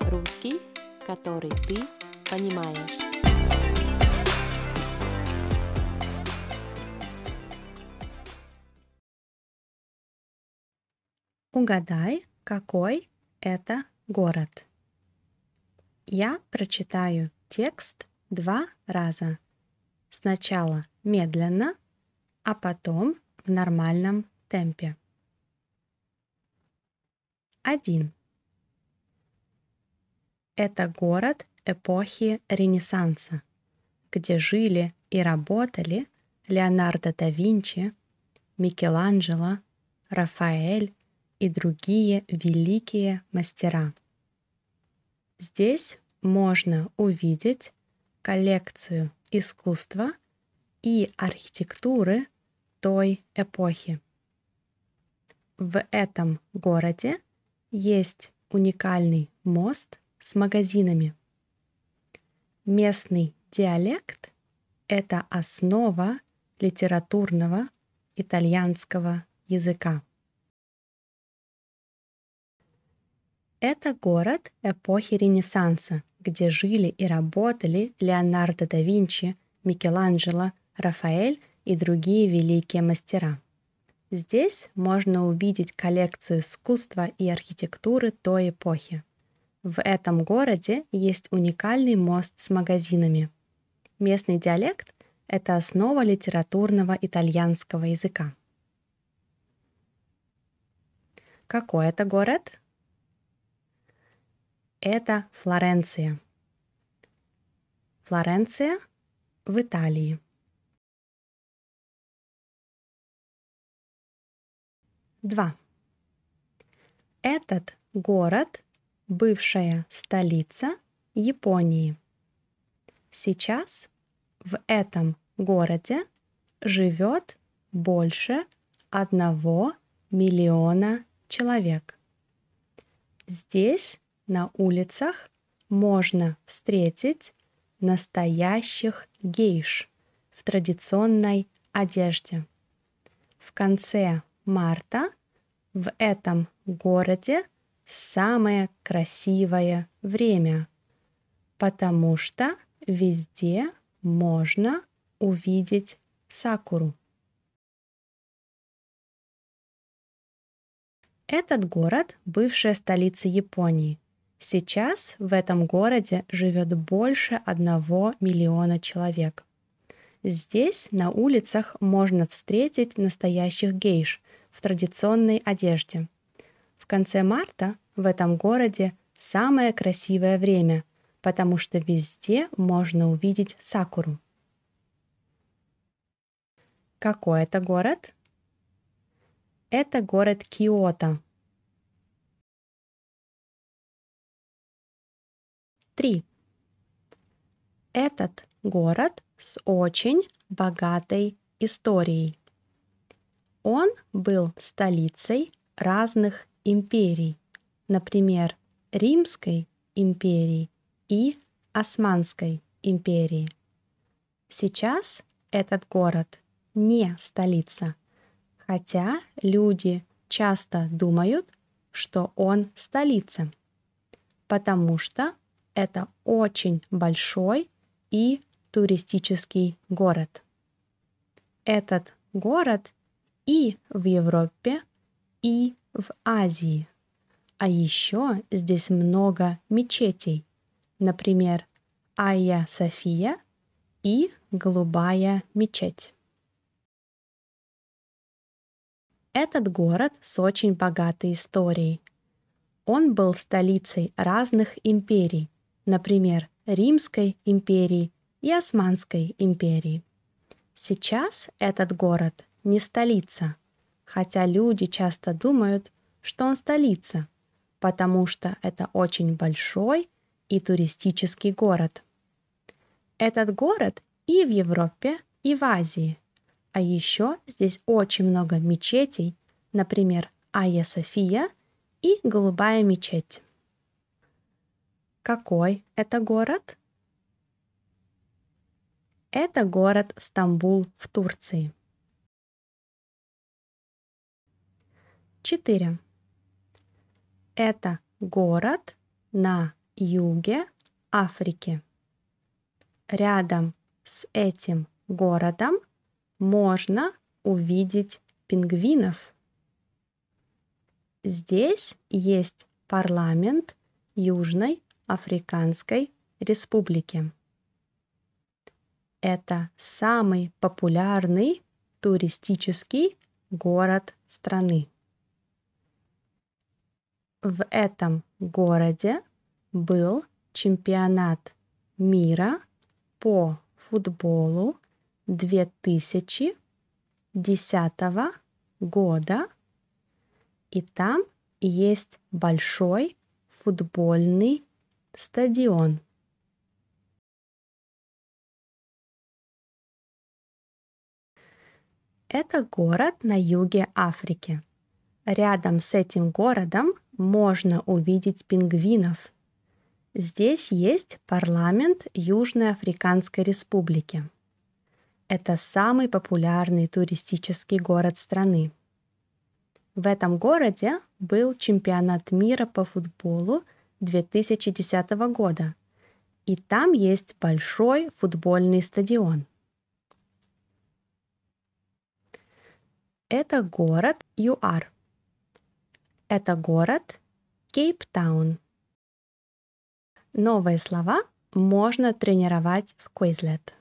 Русский, который ты понимаешь. Угадай, какой это город. Я прочитаю текст 2 раза. Сначала медленно, а потом в нормальном темпе. 1. Это город эпохи Ренессанса, где жили и работали Леонардо да Винчи, Микеланджело, Рафаэль и другие великие мастера. Здесь можно увидеть коллекцию искусства и архитектуры той эпохи. В этом городе есть уникальный мост с магазинами. Местный диалект — это основа литературного итальянского языка. Это город эпохи Ренессанса, где жили и работали Леонардо да Винчи, Микеланджело, Рафаэль и другие великие мастера. Здесь можно увидеть коллекцию искусства и архитектуры той эпохи. В этом городе есть уникальный мост с магазинами. Местный диалект — это основа литературного итальянского языка. Какой это город? Это Флоренция. Флоренция в Италии. 2. Этот город — бывшая столица Японии. Сейчас в этом городе живет больше 1 миллиона человек. Здесь на улицах можно встретить настоящих гейш в традиционной одежде. В конце марта в этом городе самое красивое время, потому что везде можно увидеть сакуру. Этот город — бывшая столица Японии. Сейчас в этом городе живет больше 1 миллиона человек. Здесь на улицах можно встретить настоящих гейш в традиционной одежде. В конце марта в этом городе самое красивое время, потому что везде можно увидеть сакуру. Какой это город? Это город Киото. 3. Этот город с очень богатой историей. Он был столицей разных империй, например, Римской империи и Османской империи. Сейчас этот город не столица, хотя люди часто думают, что он столица, потому что это очень большой и туристический город. Этот город и в Европе, и в Азии. А еще здесь много мечетей, например, Айя София и Голубая мечеть. Этот город с очень богатой историей. Он был столицей разных империй, например, Римской империи и Османской империи. Сейчас этот город не столица, хотя люди часто думают, что он столица, потому что это очень большой и туристический город. Этот город и в Европе, и в Азии. А еще здесь очень много мечетей, например, Айя София и Голубая мечеть. Какой это город? Это город Стамбул в Турции. 4. Это город на юге Африки. Рядом с этим городом можно увидеть пингвинов. Здесь есть парламент Южной Африканской Республики. Это самый популярный туристический город страны. В этом городе был чемпионат мира по футболу 2010 года, и там есть большой футбольный стадион. Это город на юге Африки. Рядом с этим городом можно увидеть пингвинов. Здесь есть парламент Южной Африканской Республики. Это самый популярный туристический город страны. В этом городе был чемпионат мира по футболу 2010 года, и там есть большой футбольный стадион. Это город ЮАР. Это город Кейптаун. Новые слова можно тренировать в Quizlet.